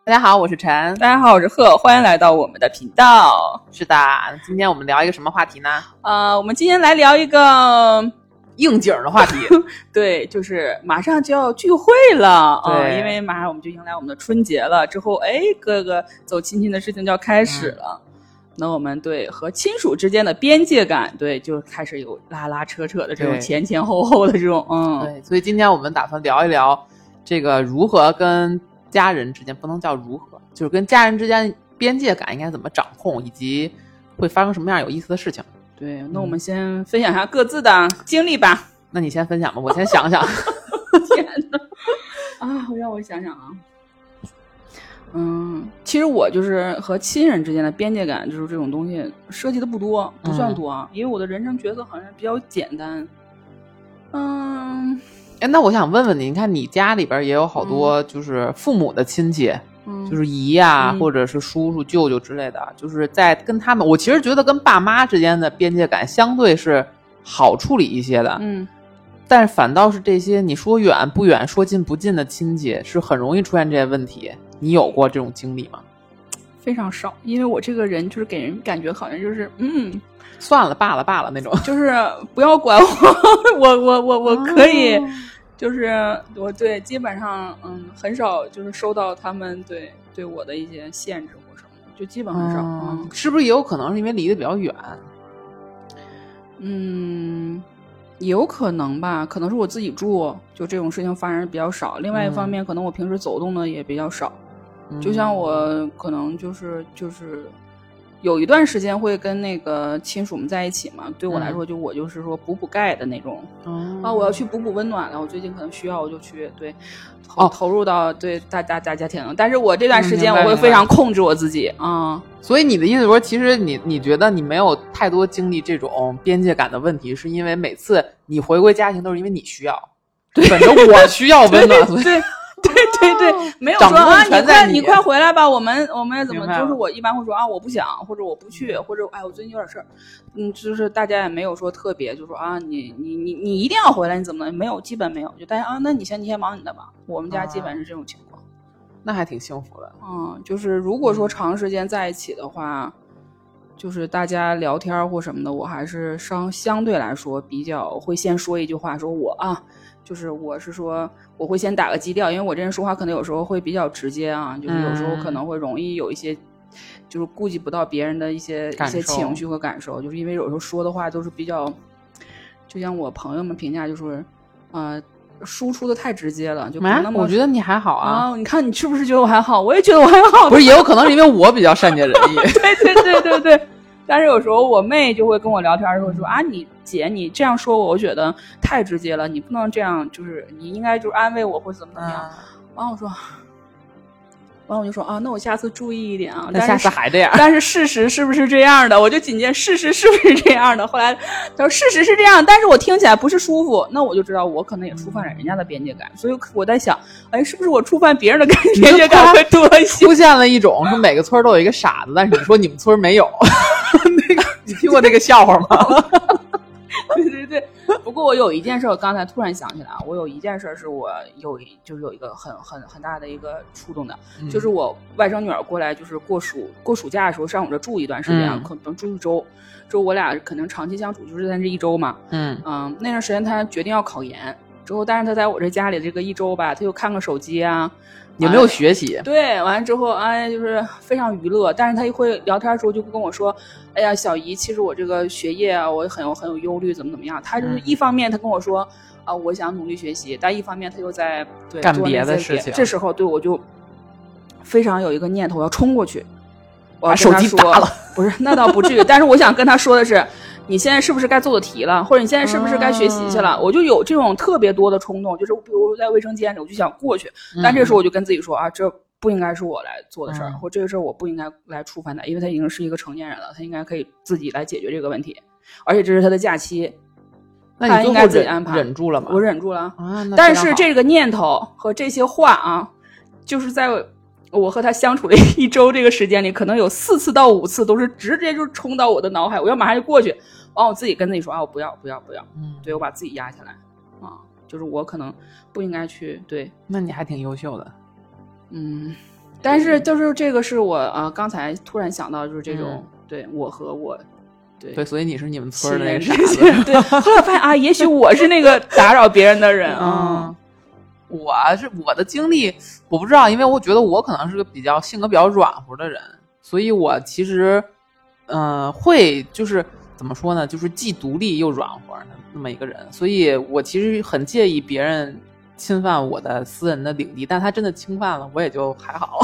大家好，我是陈。 大家好，我是贺，欢迎来到我们的频道。 是的，今天我们聊一个什么话题呢？ 我们今天来聊一个应景的话题。 对，就是马上就要聚会了对， 因为马上我们就迎来我们的春节了，之后各个走亲戚的事情就要开始了。那我们对和亲属之间的边界感，对，就开始有拉拉扯扯的这种前前后后的这种对，所以今天我们打算聊一聊这个如何跟家人之间，不能叫如何，就是跟家人之间边界感应该怎么掌控，以及会发生什么样有意思的事情。 对，那我们先分享一下各自的经历吧。 那你先分享吧，我先想想。 天哪！让我想想啊。其实我就是和亲人之间的边界感，就是这种东西涉及的不多，不算多啊，因为我的人生角色好像比较简单。 那我想问问你，你看你家里边也有好多就是父母的亲戚，就是姨呀、或者是叔叔舅舅之类的，就是在跟他们，我其实觉得跟爸妈之间的边界感相对是好处理一些的，但是反倒是这些你说远不远说近不近的亲戚是很容易出现这些问题。你有过这种经历吗？ 非常少，因为我这个人就是给人感觉好像就是算了罢了那种， 就是不要管我，我可以，就是我对基本上很少就是收到他们对我的一些限制或什么的，就基本很少。 是不是也有可能是因为离得比较远？ 有可能吧，可能是我自己住，就这种事情发生比较少。另外一方面，可能我平时走动的也比较少。就像我可能就是有一段时间会跟那个亲属们在一起嘛，对我来说，就我就是说补钙的那种。我要去补温暖了，我最近可能需要，我就去投入到对大家庭。但是我这段时间我会非常控制我自己所以你的意思说，其实你觉得你没有太多经历这种边界感的问题，是因为每次你回归家庭都是因为你需要，本着我需要温暖， 对，没有说你快回来吧，我们怎么就是我一般会说我不想，或者我不去，或者我最近有点事儿，就是大家也没有说特别就说你一定要回来，你怎么能没有，基本没有，就大家那你先忙你的吧。我们家基本是这种情况， 那还挺幸福的。 就是如果说长时间在一起的话，就是大家聊天或什么的，我还是相对来说比较会先说一句话，说就是我是说我会先打个基调，因为我这人说话可能有时候会比较直接就是有时候可能会容易有一些就是顾及不到别人的一些情绪和感受，就是因为有时候说的话都是比较，就像我朋友们评价就是输出的太直接了，就那么我觉得你还好啊。 你看你是不是觉得我还好？我也觉得我还好。 不是，也有可能是因为我比较善解人意。 对。但是有时候我妹就会跟我聊天的时候说你姐你这样说我觉得太直接了，你不能这样，就是你应该就是安慰我或者怎么样。完我就说那我下次注意一点那下次还这样。 但是事实是不是这样的？我就紧接事实是不是这样的？后来他说事实是这样，但是我听起来不是舒服，那我就知道我可能也触犯了人家的边界感，所以我在想，是不是我触犯别人的边界感会多一些？ 出现了一种是每个村都有一个傻子，但是你说你们村没有。那个你听过这个笑话吗？ 对。不过我有一件事，我刚才突然想起来我有一件事是我有一个很大的一个触动的，就是我外甥女儿过来，就是过暑假的时候上我这住一段时间，可能住一周，之后我俩肯定长期相处，就是在这一周嘛。那段时间她决定要考研，之后但是她在我这家里这个一周吧，她又看个手机也没有学习。 对，完了之后就是非常娱乐，但是他一会聊天的时候就跟我说，哎呀小姨，其实我这个学业我很有忧虑，怎么样。他就是一方面他跟我说我想努力学习，但一方面他又在干别的事情。 这时候对我就非常有一个念头，我要冲过去，我要把手机打了。 不是，那倒不至于，但是我想跟他说的是，你现在是不是该做的题了，或者你现在是不是该学习去了。我就有这种特别多的冲动，就是比如在卫生间里我就想过去，但这个时候我就跟自己说这不应该是我来做的事儿，或这个事儿我不应该来触犯他，因为他已经是一个成年人了，他应该可以自己来解决这个问题，而且这是他的假期， 那你应该自己安排。 忍住了吗？ 我忍住了但是这个念头和这些话就是在我和他相处了一周这个时间里，可能有4次到5次都是直接就冲到我的脑海，我要马上就过去，完我自己跟自己说我不要，对，我把自己压下来就是我可能不应该去。对， 那你还挺优秀的。 但是就是这个是我刚才突然想到，就是这种、对我和我。 对，所以你是你们村的那个傻子。 对，后来发现啊，也许我是那个打扰别人的人啊。 我的经历我不知道，因为我觉得我可能是个性格比较软和的人，所以我其实会就是怎么说呢，就是既独立又软和的那么一个人，所以我其实很介意别人侵犯我的私人的领地，但他真的侵犯了，我也就还好。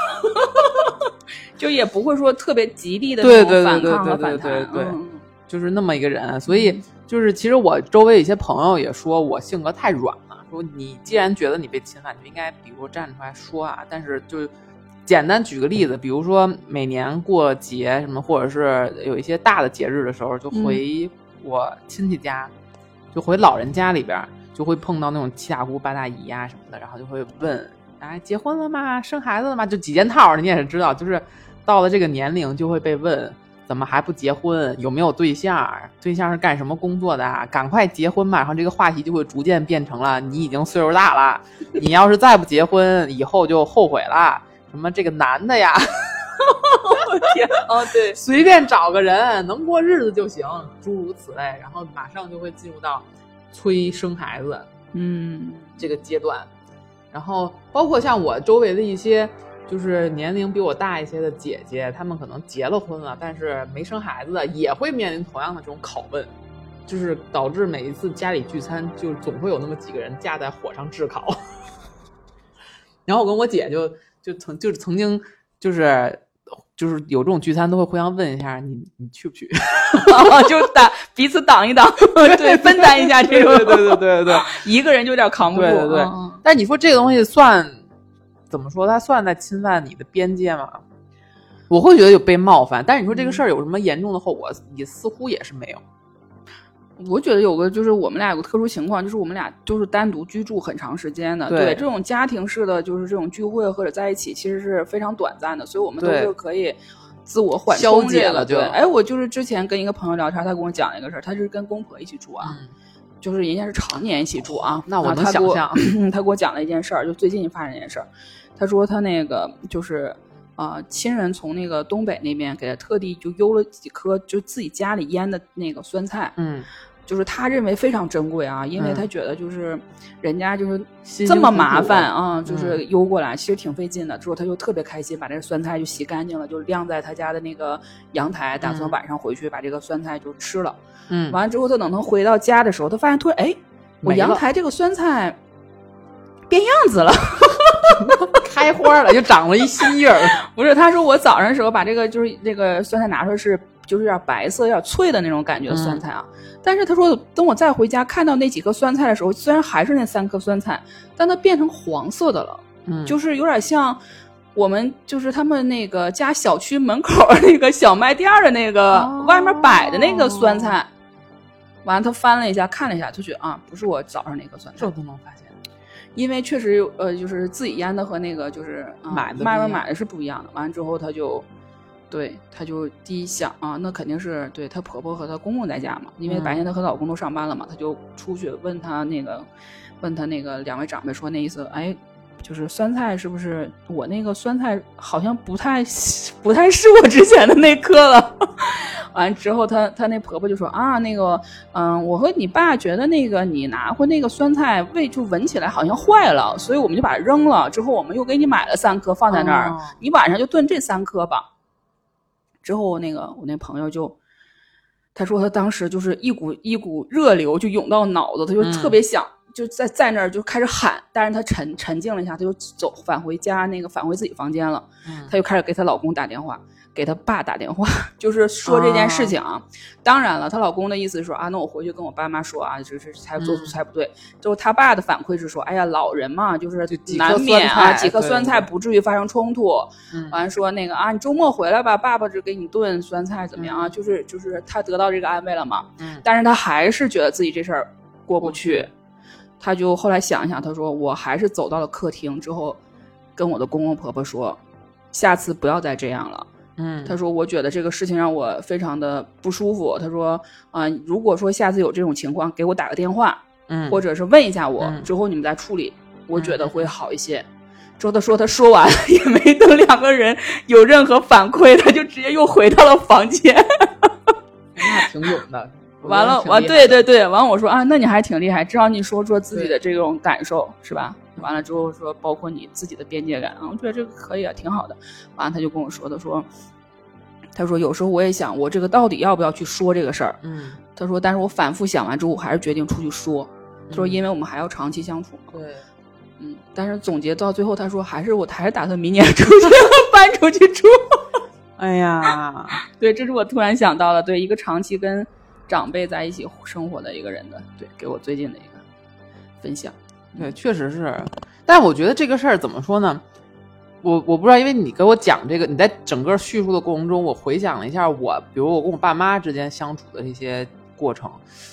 就也不会说特别极力的对反抗和反弹， 对，就是那么一个人。所以就是其实我周围一些朋友也说我性格太软了，说你既然觉得你被侵犯，你就应该比如站出来说啊。但是就简单举个例子，比如说每年过节什么，或者是有一些大的节日的时候，就回我亲戚家，就回老人家里边，就会碰到那种七大姑八大姨啊什么的，然后就会问结婚了吗？生孩子了吗？就几件套，你也是知道，就是到了这个年龄就会被问怎么还不结婚，有没有对象，对象是干什么工作的，赶快结婚吧。然后这个话题就会逐渐变成了你已经岁数大了，你要是再不结婚以后就后悔了，什么这个男的呀我天对， 随便找个人能过日子就行，诸如此类。然后马上就会进入到催生孩子这个阶段。然后包括像我周围的一些就是年龄比我大一些的姐姐，她们可能结了婚了，但是没生孩子的，也会面临同样的这种拷问，就是导致每一次家里聚餐就总会有那么几个人架在火上炙烤。然后我跟我姐曾经就是有这种聚餐都会互相问一下你去不去就彼此挡一挡对，分担一下这种对一个人就有点扛不住。 对但你说这个东西算怎么说，它算在侵犯你的边界吗？我会觉得有被冒犯，但是你说这个事儿有什么严重的后果，你似乎也是没有。 我觉得有个就是我们俩有个特殊情况，就是我们俩都是单独居住很长时间的，对这种家庭式的就是这种聚会或者在一起其实是非常短暂的，所以我们都是可以自我缓冲消解了。 对，我就是之前跟一个朋友聊天，他跟我讲了一个事儿，他是跟公婆一起住啊，就是人家是常年一起住啊。 那我能想象。 他给我讲了一件事儿，就最近发生一件事儿，他说他那个就是亲人从那个东北那边给他特地就邮了几颗就自己家里腌的那个酸菜，就是他认为非常珍贵啊，因为他觉得就是人家就是这么麻烦啊，就是邮过来，其实挺费劲的。之后他就特别开心，把这个酸菜就洗干净了，就晾在他家的那个阳台，打算晚上回去把这个酸菜就吃了。完了之后他等他回到家的时候，他发现突然我阳台这个酸菜变样子了。 开花了，就长了一新叶儿。 不是，他说我早上的时候把这个就是那个酸菜拿出来是就是有点白色、有点脆的那种感觉的酸菜啊。但是他说等我再回家看到那几颗酸菜的时候，虽然还是那3颗酸菜，但它变成黄色的了。就是有点像我们就是他们那个家小区门口那个小卖店的那个外面摆的那个酸菜。完了他翻了一下看了一下，他觉得不是我早上那颗酸菜。 这都能发现。 因为确实就是自己腌的和那个就是买的是不一样的。完了之后他就第一想那肯定是对她婆婆和她公公在家嘛，因为白天她和老公都上班了嘛，她就出去问他那个2位长辈说那意思，就是酸菜是不是我那个酸菜好像不太是我之前的那颗了。完之后她那婆婆就说那个我和你爸觉得那个你拿回那个酸菜就闻起来好像坏了，所以我们就把它扔了，之后我们又给你买了3颗放在那儿，你晚上就炖这3颗吧。之后我那朋友他说他当时就是一股热流就涌到脑子，他就特别想就在那儿就开始喊，但是他沉静了一下，他就返回自己房间了。他就开始给她老公打电话，给她爸打电话，就是说这件事情啊。当然了，她老公的意思是说那我回去跟我爸妈说这是才做出才不对。之后他爸的反馈是说，哎呀，老人嘛，就是难免几颗酸菜不至于发生冲突。完了说那个你周末回来吧，爸爸就给你炖酸菜怎么样就是他得到这个安慰了嘛。但是他还是觉得自己这事儿过不去。他就后来想一想，他说我还是走到了客厅之后，跟我的公公婆婆说，下次不要再这样了。他说我觉得这个事情让我非常的不舒服。他说如果说下次有这种情况，给我打个电话，或者是问一下我，之后你们再处理，我觉得会好一些。 之后他说他说完也没等两个人有任何反馈，他就直接又回到了房间。 那挺勇的。 完了，对，完了我说啊，那你还挺厉害，至少你说自己的这种感受是吧？完了之后说包括你自己的边界感啊，我觉得这个可以啊，挺好的。完了他就跟我说，他说有时候我也想，我这个到底要不要去说这个事儿？他说但是我反复想完之后，我还是决定出去说。他说因为我们还要长期相处。 对。 但是总结到最后，他说我还是打算明年出去搬出去住。 哎呀， 对，这是我突然想到的，对，一个长期跟长辈在一起生活的一个人的，对，给我最近的一个分享。 对，确实是。但我觉得这个事儿怎么说呢？我不知道，因为你给我讲这个，你在整个叙述的过程中，我回想了一下比如我跟我爸妈之间相处的这些过程，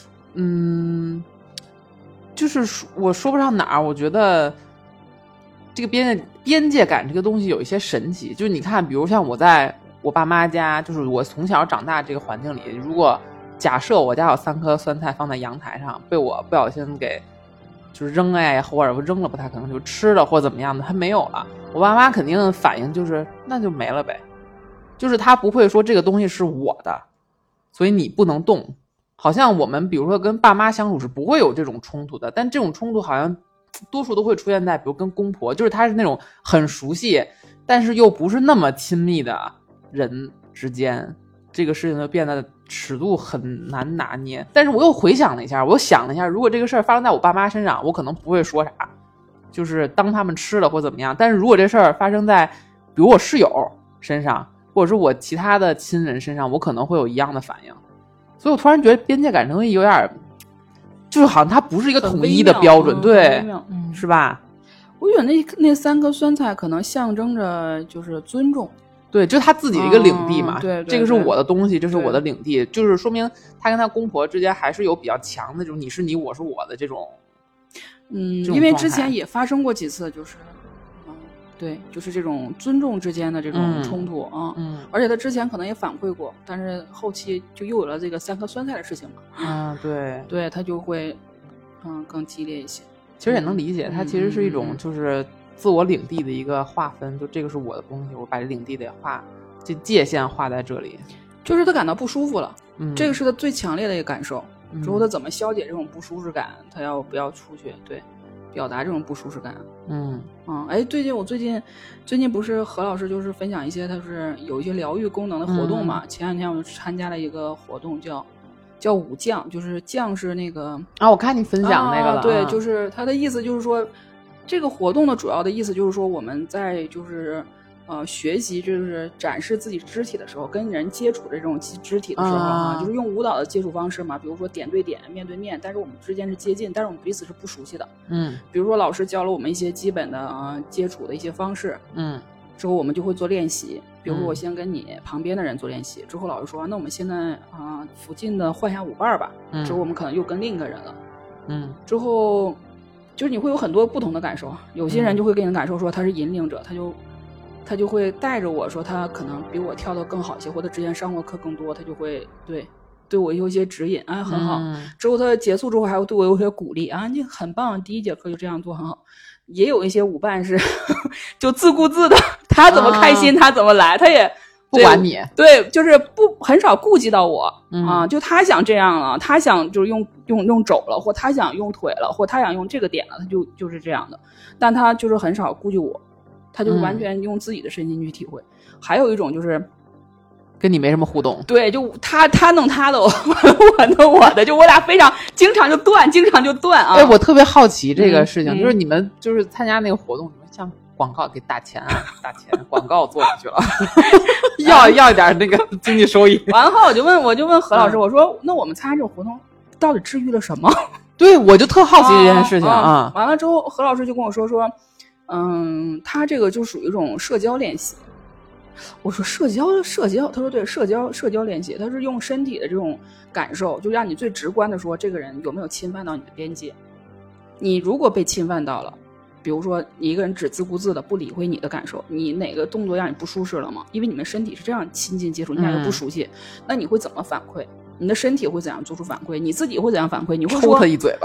就是我说不上哪儿，我觉得这个边界感这个东西有一些神奇。就是你看，比如像我在我爸妈家，就是我从小长大这个环境里，如果假设我家有3颗酸菜放在阳台上，被我不小心给就是扔或者扔了不太可能，就吃了或怎么样的，他没有了，我爸妈肯定反应就是那就没了呗，就是他不会说这个东西是我的，所以你不能动。好像我们比如说跟爸妈相处是不会有这种冲突的，但这种冲突好像多数都会出现在比如跟公婆，就是他是那种很熟悉但是又不是那么亲密的人之间，这个事情就变得尺度很难拿捏。但是我又回想了一下，我又想了一下，如果这个事儿发生在我爸妈身上，我可能不会说啥，就是当他们吃了或怎么样。但是如果这事儿发生在比如我室友身上，或者是我其他的亲人身上，我可能会有一样的反应。所以我突然觉得边界感这东西有点，就是好像它不是一个统一的标准，对，是吧？ 我觉得那3颗酸菜可能象征着就是尊重。 对，就是他自己的一个领地嘛， 对， 这个是我的东西，这是我的领地，就是说明他跟他公婆之间还是有比较强的这种你是你我是我的这种， 因为之前也发生过几次，就是对，就是这种尊重之间的这种冲突啊，而且他之前可能也反馈过，但是后期就又有了这个3颗酸菜的事情嘛，对，他就会更激烈一些。 其实也能理解，它其实是一种就是自我领地的一个划分，就这个是我的东西，我把这领地得这界限画在这里， 就是他感到不舒服了，这个是他最强烈的一个感受。之后他怎么消解这种不舒适感？他要不要出去？对，表达这种不舒适感。我最近不是何老师就是分享一些，他是有一些疗愈功能的活动嘛。前2天我就参加了一个活动，叫武将，就是将是那个我看你分享那个了。 对，就是他的意思就是说，这个活动的主要的意思就是说，我们在就是学习就是展示自己肢体的时候，跟人接触这种肢体的时候就是用舞蹈的接触方式嘛，比如说点对点、面对面，但是我们之间是接近，但是我们彼此是不熟悉的。比如说老师教了我们一些基本的接触的一些方式，之后我们就会做练习。比如说我先跟你旁边的人做练习，之后老师说那我们现在附近的换下舞伴吧，之后我们可能又跟另一个人了，之后就是你会有很多不同的感受，有些人就会给你的感受说他是引领者，他就会带着我说他可能比我跳得更好一些，或者之前上过课更多，他就会对我有一些指引，很好。之后他结束之后还会对我有些鼓励你很棒，第1节课就这样做很好。也有一些舞伴是就自顾自的，他怎么开心他怎么来，他也不管你， 对，就是很少顾及到我就他想这样了，他想就是用肘了，或他想用腿了，或他想用这个点了，他就是这样的，但他就是很少顾及我，他就完全用自己的身心去体会。还有一种就是跟你没什么互动， 对，就他弄他的，我弄我的，就我俩非常经常就断我特别好奇这个事情，就是你们就是参加那个活动，你们像广告给打钱广告做下去了要一点那个经济收益。 完了后我就问何老师，我说那我们参加这个活动到底治愈了什么？ 对，我就特好奇这件事情完了之后何老师就跟我说他这个就属于一种社交练习。我说社交，他说对，社交练习，他是用身体的这种感受，就让你最直观的说这个人有没有侵犯到你的边界。你如果被侵犯到了，比如说你一个人只自顾自的不理会你的感受，你哪个动作让你不舒适了吗？因为你们身体是这样亲近接触，你俩又不熟悉，那你会怎么反馈？你的身体会怎样做出反馈？你自己会怎样反馈？你会说抽他一嘴巴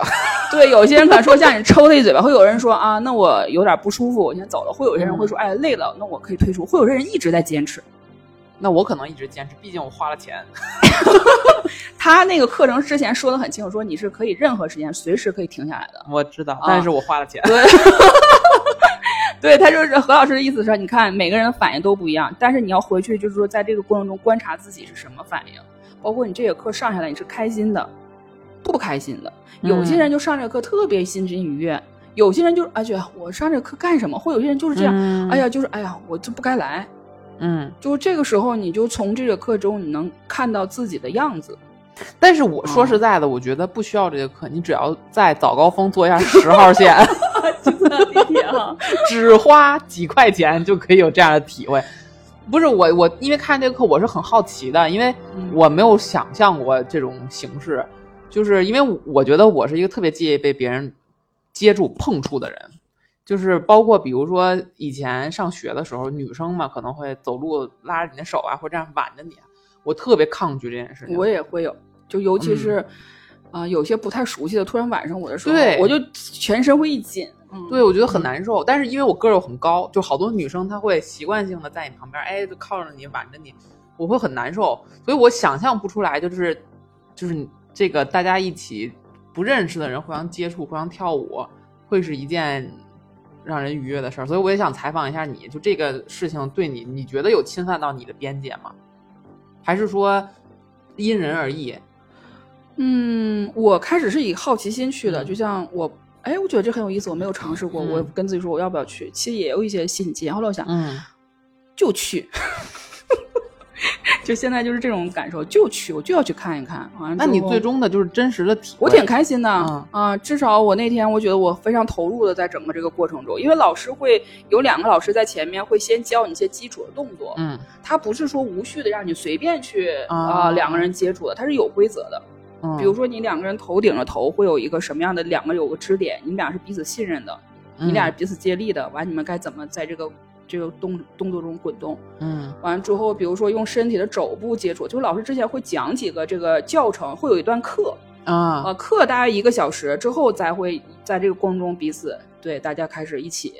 对，有些人可能说像你抽他一嘴巴，会有人说啊，那我有点不舒服，我先走了。会有些人会说，哎，累了，那我可以退出。会有些人一直在坚持。 那我可能一直坚持，毕竟我花了钱。 他那个课程之前说的很清楚，说你是可以任何时间随时可以停下来的。 我知道，但是我花了钱。 对。对，他就是何老师的意思是，你看每个人的反应都不一样，但是你要回去就是说在这个过程中观察自己是什么反应，包括你这节课上下来你是开心的不开心的。有些人就上这个课特别心情愉悦，有些人就是觉得我上这个课干什么，或有些人就是这样，哎呀我就不该来。就是这个时候你就从这个课中你能看到自己的样子。 但是我说实在的，我觉得不需要这个课，你只要在早高峰坐一下10号线就算地铁啊， 只花几块钱就可以有这样的体会。不是我因为看这个课我是很好奇的，因为我没有想象过这种形式，就是因为我觉得我是一个特别介意被别人接触碰触的人，就是包括比如说以前上学的时候，女生嘛可能会走路拉着你的手啊，或者这样挽着你，我特别抗拒这件事情。 我也会有，就尤其是有些不太熟悉的突然挽上我的时候， 对， 我就全身会一紧。 对，我觉得很难受。但是因为我个儿又很高，就好多女生她会习惯性的在你旁边，哎，就靠着你挽着你，我会很难受。所以我想象不出来，就是这个大家一起不认识的人互相接触、互相跳舞，会是一件让人愉悦的事儿。所以我也想采访一下你，就这个事情对你觉得有侵犯到你的边界吗？还是说因人而异？ 我开始是以好奇心去的，就像我觉得这很有意思，我没有尝试过，我跟自己说我要不要去，其实也有一些心理结。后来我想，就去，就现在就是这种感受，就去，我就要去看一看。 那你最终的就是真实的体会？ 我挺开心的至少我那天我觉得我非常投入的在整个这个过程中，因为老师会有2个老师在前面会先教你一些基础的动作，他不是说无序的让你随便去2个人接触的，他是有规则的。比如说你2个人头顶着头会有一个什么样的2个有个支点，你们俩是彼此信任的，你俩是彼此接力的，完你们该怎么在这个动作中滚动。完了之后比如说用身体的肘部接触，就老师之前会讲几个这个教程，会有一段课课大概1个小时之后才会在这个过程中彼此对大家开始一起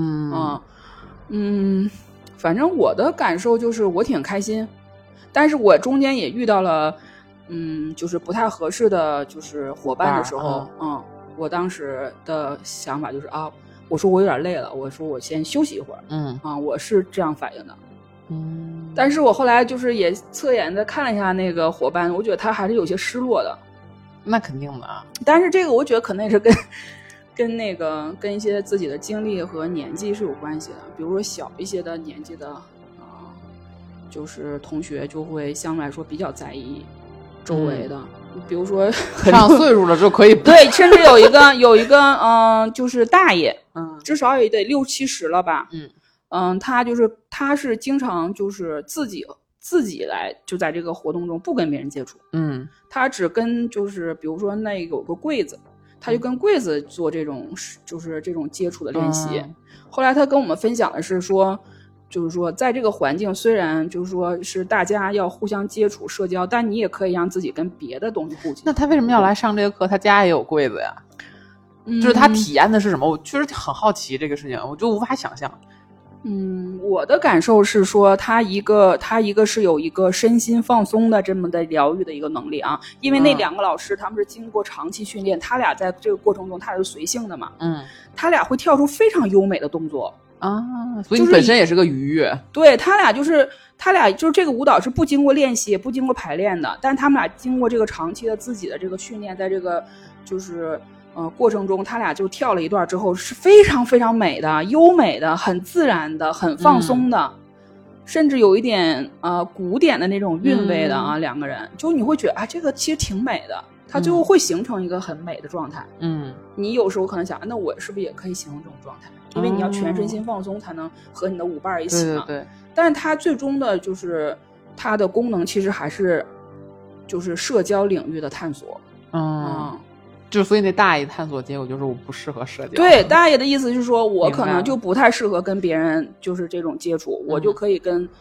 反正我的感受就是我挺开心，但是我中间也遇到了就是不太合适的就是伙伴的时候我当时的想法就是我说我有点累了，我说我先休息一会儿我是这样反应的但是我后来就是也侧眼的看了一下那个伙伴，我觉得他还是有些失落的。 那肯定的但是这个我觉得可能也是跟一些自己的经历和年纪是有关系的，比如说小一些的年纪的就是同学就会相对来说比较在意周围的比如说上岁数了就可以对，甚至有一个就是大爷至少也得60、70了吧他是经常就是自己来就在这个活动中不跟别人接触他只跟就是比如说那有个柜子，他就跟柜子做这种就是这种接触的练习后来他跟我们分享的是说，就是说在这个环境虽然就是说是大家要互相接触社交，但你也可以让自己跟别的东西互动。 那他为什么要来上这个课？他家也有柜子呀就是他体验的是什么？我确实很好奇这个事情，我就无法想象。 我的感受是说他一个是有一个身心放松的这么的疗愈的一个能力因为那2个老师他们是经过长期训练，他俩在这个过程中他是随性的嘛他俩会跳出非常优美的动作所以本身也是个愉悦对，他俩就是这个舞蹈是不经过练习也不经过排练的，但他们俩经过这个长期的自己的这个训练，在这个就是过程中他俩就跳了一段之后是非常非常美的优美的很自然的很放松的甚至有一点古典的那种韵味的2个人就你会觉得这个其实挺美的，它就会形成一个很美的状态你有时候可能想那我是不是也可以形成这种状态，因为你要全身心放松才能和你的舞伴一起嘛对但是它最终的就是它的功能其实还是就是社交领域的探索就所以那大爷探索结果就是我不适合社交。 对，大爷的意思是说我可能就不太适合跟别人就是这种接触我就可以跟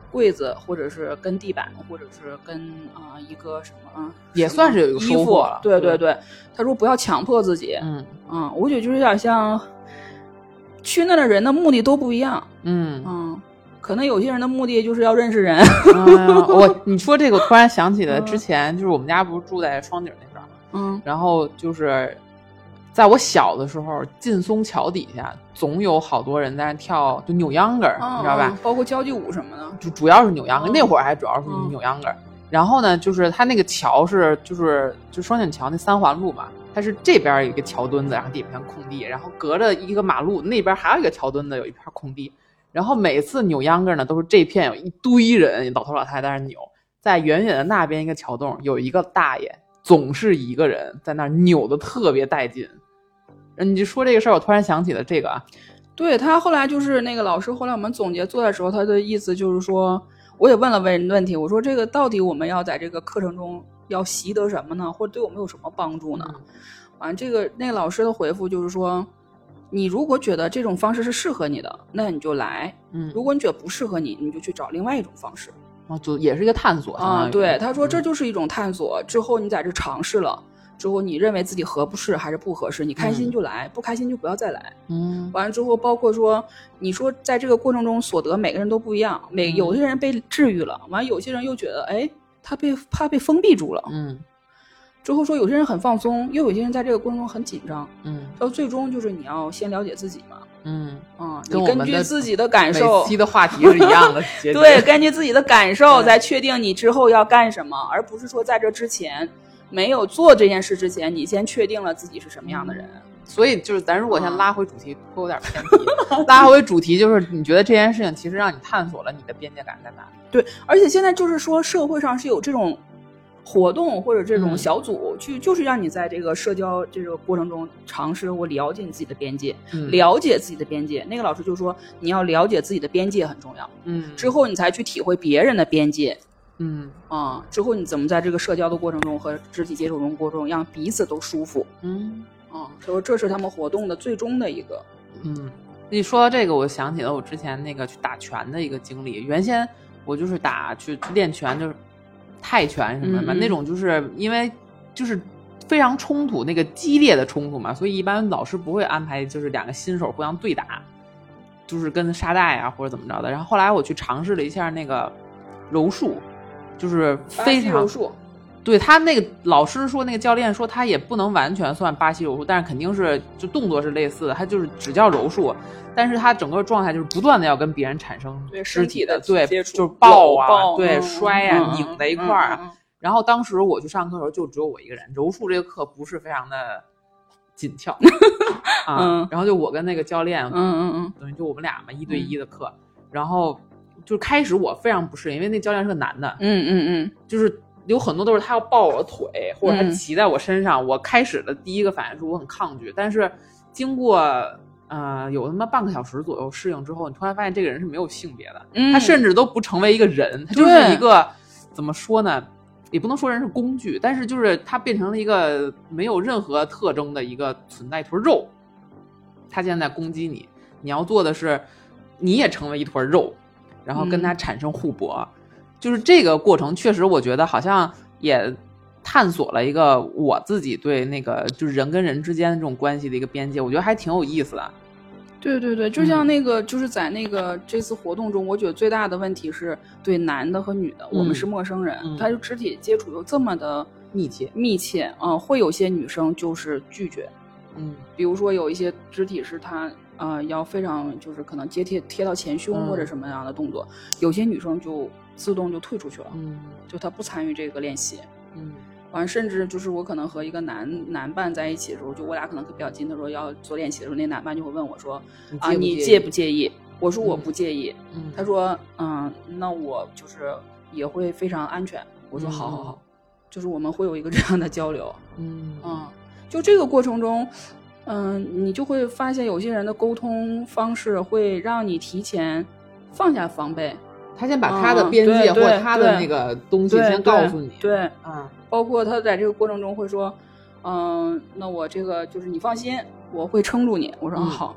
柜子，或者是跟地板，或者是跟一个什么也算是有一个收获了。 对对对，他说不要强迫自己。我觉得就是有点像去那的人的目的都不一样。可能有些人的目的就是要认识人。 你说这个我突然想起了之前就是我们家不是住在双井那边吗？然后就是在我小的时候，劲松桥底下总有好多人在那跳，就扭秧歌，你知道吧？ 包括交际舞什么的， 就主要是扭秧歌。那会儿还主要是扭秧歌。然后呢，就是它那个桥是就双井桥那3环路嘛，它是这边有一个桥墩子，然后底下空地，然后隔着一个马路那边还有一个桥墩子，有一片空地。然后每次扭秧歌呢，都是这片有一堆人，老头老太太在那扭，在远远的那边一个桥洞有一个大爷，总是一个人在那扭的特别带劲。你就说这个事儿，我突然想起了这个啊。 对，他后来就是那个老师，后来我们总结做的时候，他的意思就是说，我也问了问题，我说这个到底我们要在这个课程中要习得什么呢？或者对我们有什么帮助呢？那个老师的回复就是说，你如果觉得这种方式是适合你的，那你就来。如果你觉得不适合你，你就去找另外一种方式。 就也是一个探索对，他说这就是一种探索。之后你在这尝试了之后，你认为自己合不适还是不合适，你开心就来，不开心就不要再来。完了之后，包括说你说在这个过程中所得每个人都不一样，有些人被治愈了，完了有些人又觉得他被封闭住了。之后说有些人很放松，又有些人在这个过程中很紧张。到最终就是你要先了解自己嘛。你根据自己的感受， 每期的话题是一样的。 对，根据自己的感受再确定你之后要干什么，而不是说在这之前没有做这件事之前，你先确定了自己是什么样的人。 所以就是咱如果先拉回主题，颇有点偏题。拉回主题就是你觉得这件事情其实让你探索了你的边界感在哪里？ 对，而且现在就是说社会上是有这种活动或者这种小组就是让你在这个社交这个过程中尝试或了解你自己的边界。了解自己的边界，那个老师就说你要了解自己的边界很重要。之后你才去体会别人的边界。之后你怎么在这个社交的过程中和肢体接触中过程中让彼此都舒服。所以这是他们活动的最终的一个。 你说到这个，我想起了我之前那个去打拳的一个经历。原先我就是去练拳，就是泰拳什么的，那种就是因为就是非常冲突，那个激烈的冲突嘛，所以一般老师不会安排就是2个新手互相对打，就是跟沙袋啊或者怎么着的。然后后来我去尝试了一下那个柔术，就是非常柔术。 对，他那个老师说，那个教练说他也不能完全算巴西柔术，但是肯定是就动作是类似的，他就是只叫柔术，但是他整个状态就是不断的要跟别人产生肢体的接触， 就是抱啊，对，摔啊，拧在一块儿啊。然后当时我去上课的时候就只有我一个人，柔术这个课不是非常的紧俏然后就我跟那个教练，等于就我们俩嘛1对1的课，然后就开始我非常不适应，因为那教练是个男的，就是有很多都是他要抱我的腿，或者他骑在我身上。我开始的第一个反应是我很抗拒，但是经过有那么半个小时左右适应之后，你突然发现这个人是没有性别的，他甚至都不成为一个人，他就是一个怎么说呢，也不能说人是工具，但是就是他变成了一个没有任何特征的一个存在，一坨肉。他现在攻击你，你要做的是你也成为一坨肉，然后跟他产生互搏。就是这个过程确实我觉得好像也探索了一个我自己对那个就是人跟人之间的这种关系的一个边界，我觉得还挺有意思的。 对对对，就像那个就是在那个这次活动中，我觉得最大的问题是对男的和女的，我们是陌生人，他就肢体接触又这么的密切会有些女生就是拒绝。比如说有一些肢体是他要非常就是可能贴到前胸或者什么样的动作，有些女生就自动就退出去了，就她不参与这个练习。完甚至就是我可能和一个男伴在一起的时候，就我俩可能比较近，他说要做练习的时候，那男伴就会问我说你介不介意？我说我不介意。他说那我就是也会非常安全。我说好好好，就是我们会有一个这样的交流。就这个过程中你就会发现有些人的沟通方式会让你提前放下防备， 他先把他的边界或者他的那个东西先告诉你。 对，包括他在这个过程中会说那我这个就是你放心，我会撑住你。我说好，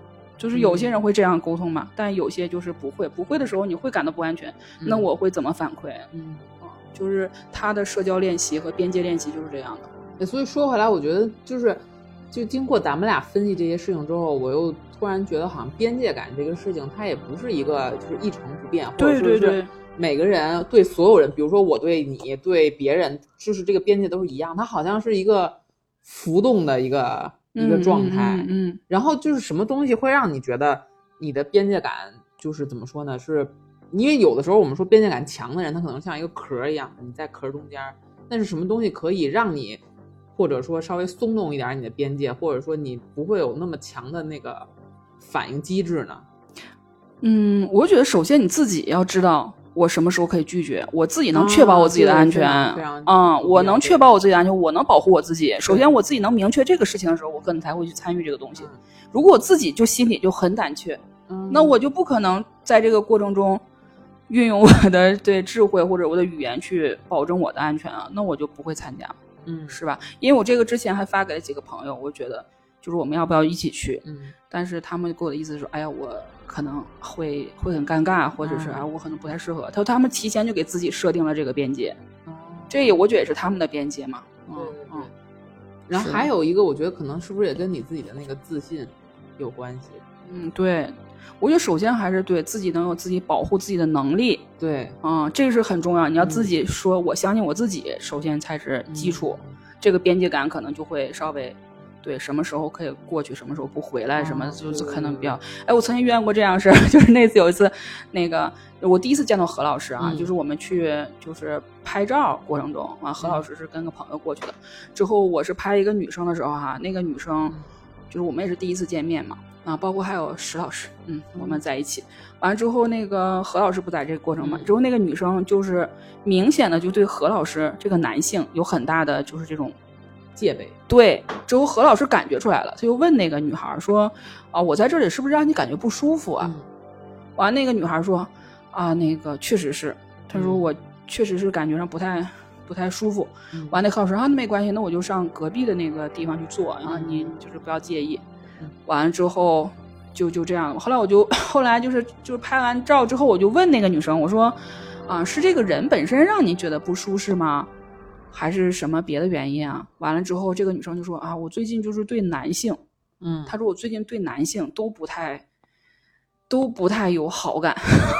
就是有些人会这样沟通嘛，但有些就是不会的时候你会感到不安全，那我会怎么反馈？就是他的社交练习和边界练习就是这样的。 所以说回来，我觉得就经过咱们俩分析这些事情之后，我又突然觉得好像边界感这个事情它也不是一个就是一成不变，或者说是每个人对所有人，比如说我对你对别人，就是这个边界都是一样，它好像是一个浮动的一个状态。然后就是什么东西会让你觉得你的边界感就是怎么说呢，是因为有的时候我们说边界感强的人他可能像一个壳一样，你在壳中间，但是什么东西可以让你或者说稍微松动一点你的边界，或者说你不会有那么强的那个反应机制呢？ 我觉得首先你自己要知道我什么时候可以拒绝，我自己能确保我自己的安全。我能确保我自己的安全，我能保护我自己。首先我自己能明确这个事情的时候，我可能才会去参与这个东西。如果我自己就心里就很胆怯，那我就不可能在这个过程中运用我的智慧或者我的语言去保证我的安全啊，那我就不会参加。是吧？因为我这个之前还发给了几个朋友，我觉得就是我们要不要一起去？但是他们给我的意思是说，哎呀，我可能会很尴尬，或者是我可能不太适合。他们提前就给自己设定了这个边界，这也我觉得也是他们的边界嘛。 然后还有一个，我觉得可能是不是也跟你自己的那个自信有关系？ 对。我觉得首先还是对自己能有自己保护自己的能力， 对， 这个是很重要。你要自己说我相信我自己，首先才是基础。这个边界感可能就会稍微对什么时候可以过去，什么时候不回来，什么就是可能比较。我曾经遇见过这样的事，就是那次有一次，那个我第一次见到何老师啊，就是我们去就是拍照过程中何老师是跟个朋友过去的，之后我是拍一个女生的时候那个女生就是我们也是第一次见面嘛。包括还有石老师，我们在一起，完了之后那个何老师不在这个过程嘛，之后那个女生就是明显的就对何老师这个男性有很大的就是这种戒备。 对，之后何老师感觉出来了，他就问那个女孩说我在这里是不是让你感觉不舒服啊？完了那个女孩说那个确实是，她说我确实是感觉上不太舒服。完了那何老师那没关系，那我就上隔壁的那个地方去坐，然后你就是不要介意。完了之后就这样了。后来就是拍完照之后，我就问那个女生，我说是这个人本身让你觉得不舒适吗？还是什么别的原因啊？完了之后，这个女生就说我最近就是对男性，她说我最近对男性都不太有好感。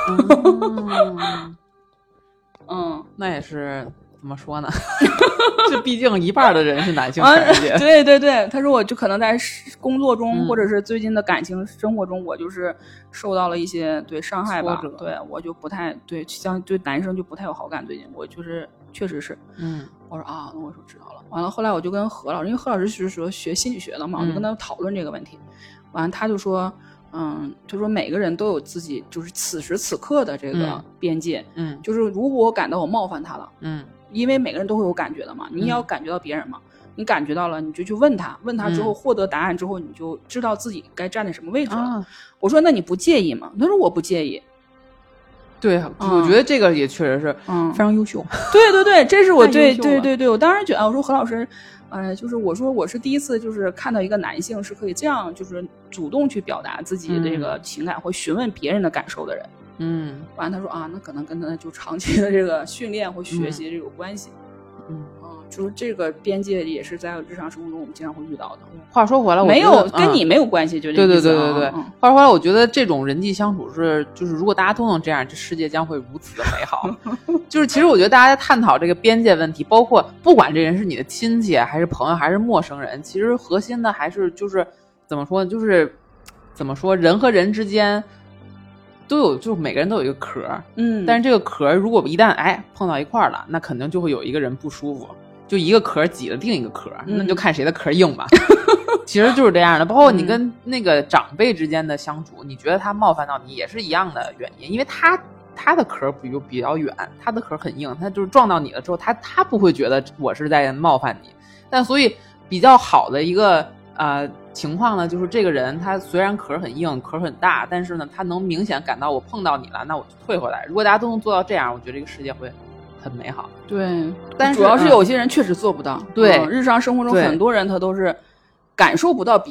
那也是怎么说呢？这毕竟一半的人是男性产业。 对对对，他说我就可能在工作中，或者是最近的感情生活中，我就是受到了一些伤害吧。对，我就不太像对男生就不太有好感。最近我就是确实是，我说那我说知道了。完了后来我就跟何老师，因为何老师是说学心理学的嘛，我就跟他讨论这个问题。完了他就说。他说每个人都有自己就是此时此刻的这个边界，就是如果我感到我冒犯他了，因为每个人都会有感觉的嘛，你也要感觉到别人嘛，你感觉到了，你就去问他之后获得答案之后，你就知道自己该站在什么位置了。我说那你不介意吗？他说我不介意。 对，我觉得这个也确实是非常优秀。 对对对，这是我对，我当时觉得我说何老师。就是我说我是第一次就是看到一个男性是可以这样就是主动去表达自己这个情感或询问别人的感受的人。完了他说那可能跟他就长期的这个训练或学习这有关系。就是这个边界也是在日常生活中我们经常会遇到的。 话说回来， 没有跟你没有关系，就这意思。 对。话说回来，我觉得这种人际相处就是如果大家都能这样，这世界将会如此的美好。就是其实我觉得大家在探讨这个边界问题，包括不管这人是你的亲戚还是朋友还是陌生人，其实核心的还是就是怎么说呢？就是怎么说，人和人之间都有，就是每个人都有一个壳。但是这个壳如果一旦碰到一块了，那肯定就会有一个人不舒服。就一个壳挤了另一个壳，那就看谁的壳硬吧。其实就是这样的，包括你跟那个长辈之间的相处，你觉得他冒犯到你也是一样的原因，因为他的壳比较远，他的壳很硬，他就是撞到你了之后，他不会觉得我是在冒犯你。但所以比较好的一个情况呢，就是这个人他虽然壳很硬，壳很大，但是呢，他能明显感到我碰到你了，那我就退回来。如果大家都能做到这样，我觉得这个世界会很美好。 对，但是主要是有些人确实做不到。对，日常生活中很多人他都是感受不到别人，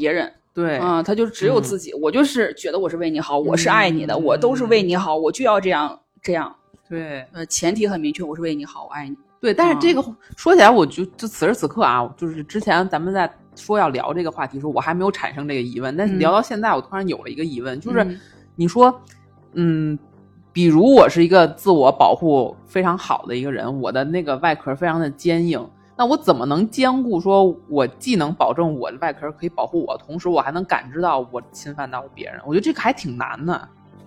对他就只有自己，我就是觉得我是为你好，我是爱你的，我都是为你好，我就要这样。 对， 前提很明确，我是为你好，我爱你。 对，但是这个说起来，我就此时此刻啊，就是之前咱们在说要聊这个话题的时候，我还没有产生这个疑问，但是聊到现在，我突然有了一个疑问，就是你说，比如我是一个自我保护非常好的一个人，我的那个外壳非常的坚硬，那我怎么能兼顾说我既能保证我的外壳可以保护我，同时我还能感知到我侵犯到别人？我觉得这个还挺难的。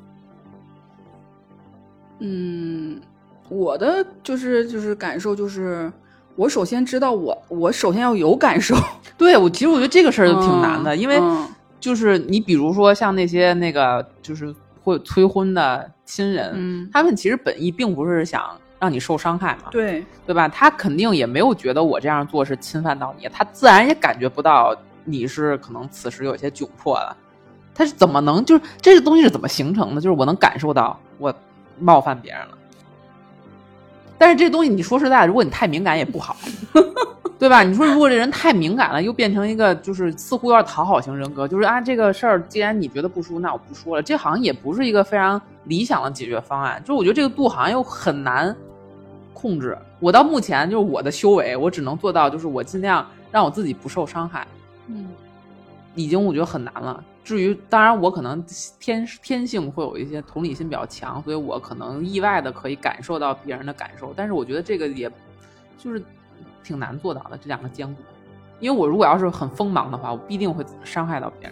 我的就是感受就是，我首先知道我首先要有感受。 对，其实我觉得这个事儿就挺难的，因为就是你比如说像那些那个就是会催婚的亲人，他们其实本意并不是想让你受伤害嘛， 对吧？他肯定也没有觉得我这样做是侵犯到你，他自然也感觉不到你是可能此时有些窘迫的。他是怎么能就是这个东西是怎么形成的？就是我能感受到我冒犯别人了。但是这东西你说实在的，如果你太敏感也不好，对吧？你说如果这人太敏感了，又变成一个就是似乎有点讨好型人格，就是这个事儿既然你觉得不舒服，那我不说了，这好像也不是一个非常理想的解决方案。就是我觉得这个度好像又很难控制。我到目前就是我的修为，我只能做到就是我尽量让我自己不受伤害，已经我觉得很难了。至于当然我可能天性会有一些同理心比较强，所以我可能意外的可以感受到别人的感受，但是我觉得这个也就是挺难做到的，这两个兼顾。因为我如果要是很锋芒的话，我必定会伤害到别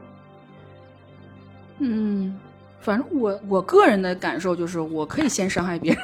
人。反正我个人的感受就是我可以先伤害别人。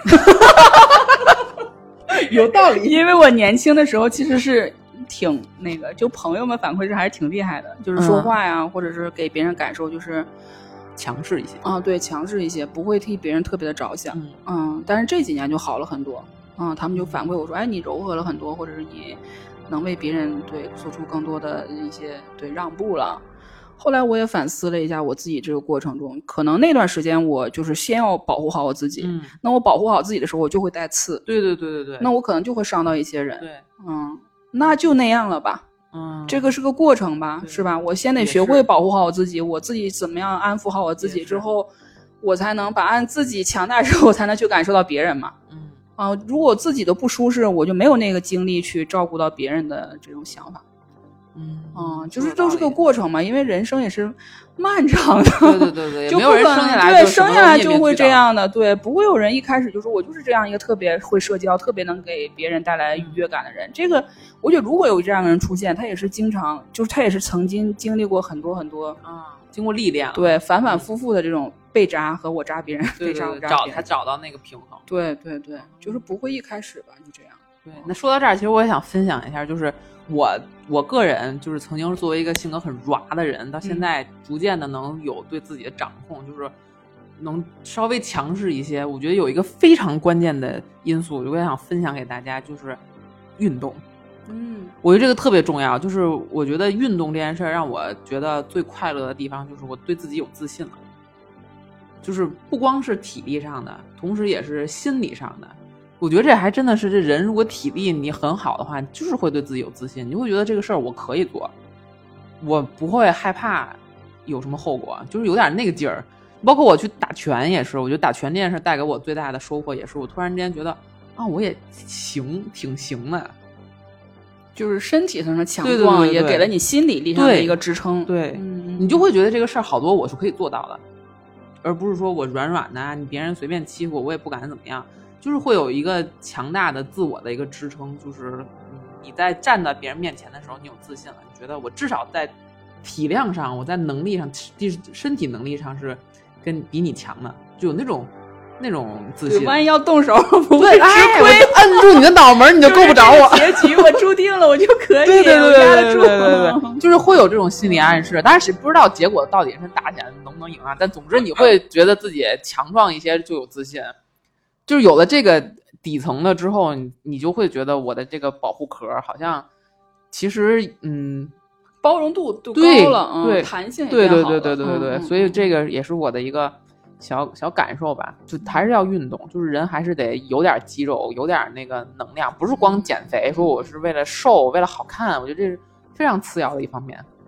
有道理。 因为我年轻的时候其实是挺那个，就朋友们反馈是还是挺厉害的，就是说话呀，或者是给别人感受就是强势一些对，强势一些，不会替别人特别的着想。但是这几年就好了很多。他们就反馈我说，你柔和了很多，或者是你能为别人做出更多的一些让步了。后来我也反思了一下我自己这个过程中，可能那段时间我就是先要保护好我自己，那我保护好自己的时候，我就会带刺。 对， 那我可能就会伤到一些人。 对， 那就那样了吧。这个是个过程吧，是吧？我先得学会保护好我自己，我自己怎么样安抚好我自己之后，我才能把按自己强大之后，我才能去感受到别人嘛。如果我自己都不舒适，我就没有那个精力去照顾到别人的这种想法。就是都是个过程嘛，因为人生也是漫长的。 对， 就没有人生下来生下来就会这样的。对，不会有人一开始就说我就是这样一个特别会社交、特别能给别人带来愉悦感的人。这个我觉得如果有这样的人出现，他也是经常，就是他也是曾经经历过很多很多经过历练， 对，反反复复的这种被扎和我扎别人，被扎我扎别人， 才找到那个平衡。 对，就是不会一开始吧就这样。 对，那说到这儿，其实我也想分享一下，就是我个人就是曾经作为一个性格很软的人，到现在逐渐的能有对自己的掌控，就是能稍微强势一些。我觉得有一个非常关键的因素，我也想分享给大家，就是运动。我觉得这个特别重要，就是我觉得运动这件事让我觉得最快乐的地方，就是我对自己有自信了，就是不光是体力上的，同时也是心理上的。我觉得这还真的是，这人如果体力你很好的话，你就是会对自己有自信，你会觉得这个事儿我可以做，我不会害怕有什么后果，就是有点那个劲儿。包括我去打拳也是，我觉得打拳这件事带给我最大的收获也是，我突然之间觉得我也挺行的， 就是身体上的强壮也给了你心理力上的一个支撑。 对，你就会觉得这个事儿好多我是可以做到的，而不是说我软软的，你别人随便欺负我也不敢怎么样。就是会有一个强大的自我的一个支撑，就是你在站在别人面前的时候，你有自信了，你觉得我至少在体量上，我在能力上，身体能力上是比你强的，就有那种自信。 万一要动手，不会吃亏，摁住你的脑门，你就够不着我。 结局我注定了，我就可以， 对，就是会有这种心理暗示。当然是不知道结果到底是打起来能不能赢啊，但总之你会觉得自己强壮一些，就有自信。就是有了这个底层了之后，你就会觉得我的这个保护壳好像其实包容度都高了， 对， 弹性也变好了。 对，所以这个也是我的一个小感受吧，就还是要运动，就是人还是得有点肌肉，有点那个能量，不是光减肥，说我是为了瘦，为了好看，我觉得这是非常次要的一方面。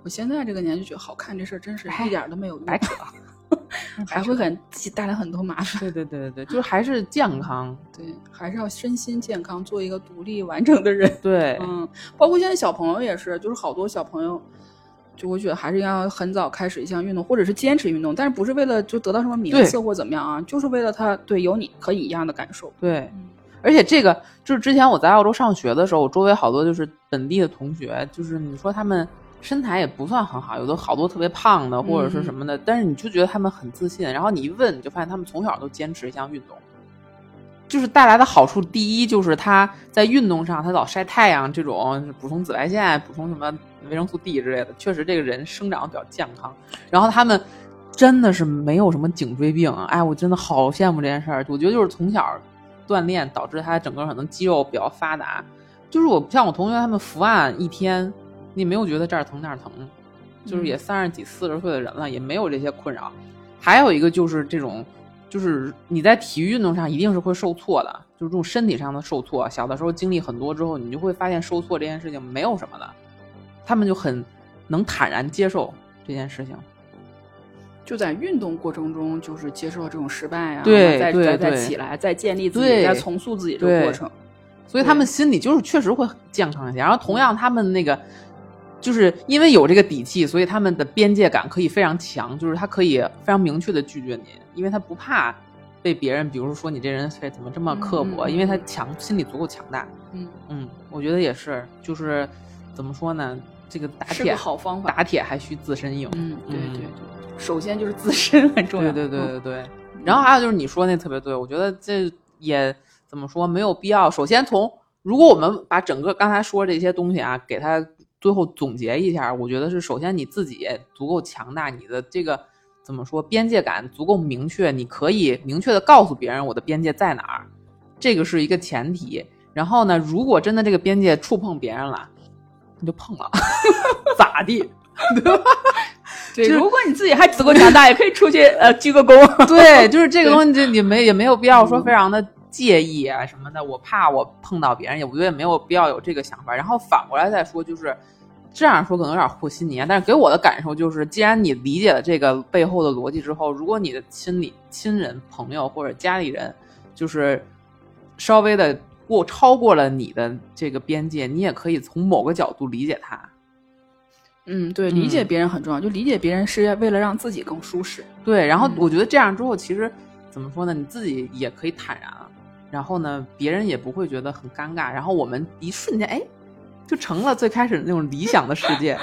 我现在这个年纪觉得好看这事儿真是一点都没有用， 白扯还会带来很多麻烦。 对，就是还是健康， 对，还是要身心健康，做一个独立完整的人。 对， 包括现在小朋友也是，就是好多小朋友，就我觉得还是要很早开始一项运动，或者是坚持运动，但是不是为了就得到什么名次或怎么样啊，就是为了他有你可以一样的感受。 对，而且这个就是之前我在澳洲上学的时候，我周围好多就是本地的同学，就是你说他们身材也不算很好，有的好多特别胖的或者是什么的，但是你就觉得他们很自信，然后你一问你就发现他们从小都坚持一项运动，就是带来的好处，第一就是他在运动上他老晒太阳，这种补充紫外线，补充什么维生素 D 之类的，确实这个人生长比较健康，然后他们真的是没有什么颈椎病，哎，我真的好羡慕这件事儿。我觉得就是从小锻炼导致他整个可能肌肉比较发达，就是像我同学他们伏案一天你没有觉得这儿疼那儿疼，就是也30几40岁的人了，也没有这些困扰。还有一个就是这种就是你在体育运动上一定是会受挫的，就是这种身体上的受挫，小的时候经历很多之后，你就会发现受挫这件事情没有什么的，他们就很能坦然接受这件事情， 就在运动过程中就是接受这种失败啊， 对， 再起来，再建立自己，再重塑自己这个过程， 所以他们心里就是确实会健康一些。然后同样他们那个就是因为有这个底气，所以他们的边界感可以非常强，就是他可以非常明确的拒绝你，因为他不怕被别人比如说你这人怎么这么刻薄，因为他心里足够强大。我觉得也是，就是怎么说呢，这个打铁是个好方法， 打铁还需自身硬。 对，首先就是自身很重要。 对。然后还有就是你说那特别对，我觉得这也怎么说，没有必要。首先如果我们把整个刚才说这些东西啊，给它最后总结一下，我觉得是首先你自己足够强大，你的这个怎么说边界感足够明确，你可以明确的告诉别人我的边界在哪儿，这个是一个前提。然后呢，如果真的这个边界触碰别人了，你就碰了咋地，对吧？ 对，如果你自己还足够强大，也可以出去鞠个躬。 对，就是这个东西，也没有必要说非常的介意啊什么的。我怕我碰到别人，我觉得也没有必要有这个想法。然后反过来再说，就是这样说可能有点和稀泥，但是给我的感受就是，既然你理解了这个背后的逻辑之后，如果你的亲人、朋友或者家里人，就是稍微的超过了你的这个边界，你也可以从某个角度理解他。 对，理解别人很重要，就理解别人是为了让自己更舒适。 对，然后我觉得这样之后，其实怎么说呢，你自己也可以坦然了，然后呢，别人也不会觉得很尴尬，然后我们一瞬间，就成了最开始那种理想的世界。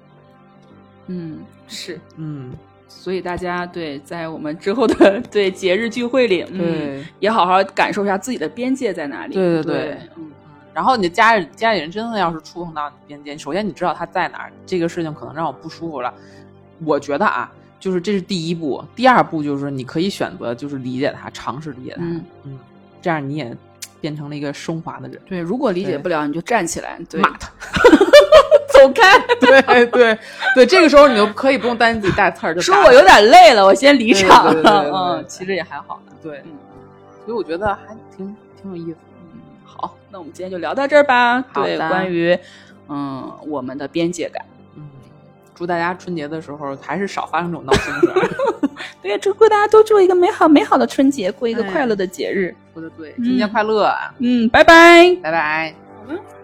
是，所以大家在我们之后的节日聚会里，也好好感受一下自己的边界在哪里。 对。然后你的家里人真的要是触碰到你边界，首先你知道他在哪儿，这个事情可能让我不舒服了。我觉得啊，就是这是第一步，第二步就是你可以选择就是理解他，尝试理解他，这样你也变成了一个升华的人。 对，如果理解不了，你就站起来骂他， 走开。 对，这个时候你就可以不用担心自己带刺儿，就说我有点累了，我先离场了。 其实也还好的。对，所以我觉得还挺有意思。 好，那我们今天就聊到这儿吧。 对， 关于我们的边界感。 祝大家春节的时候还是少发生这种闹心事儿。 对，祝大家都做一个美好的春节，过一个快乐的节日。 说的对，春节快乐。 拜拜， 拜拜。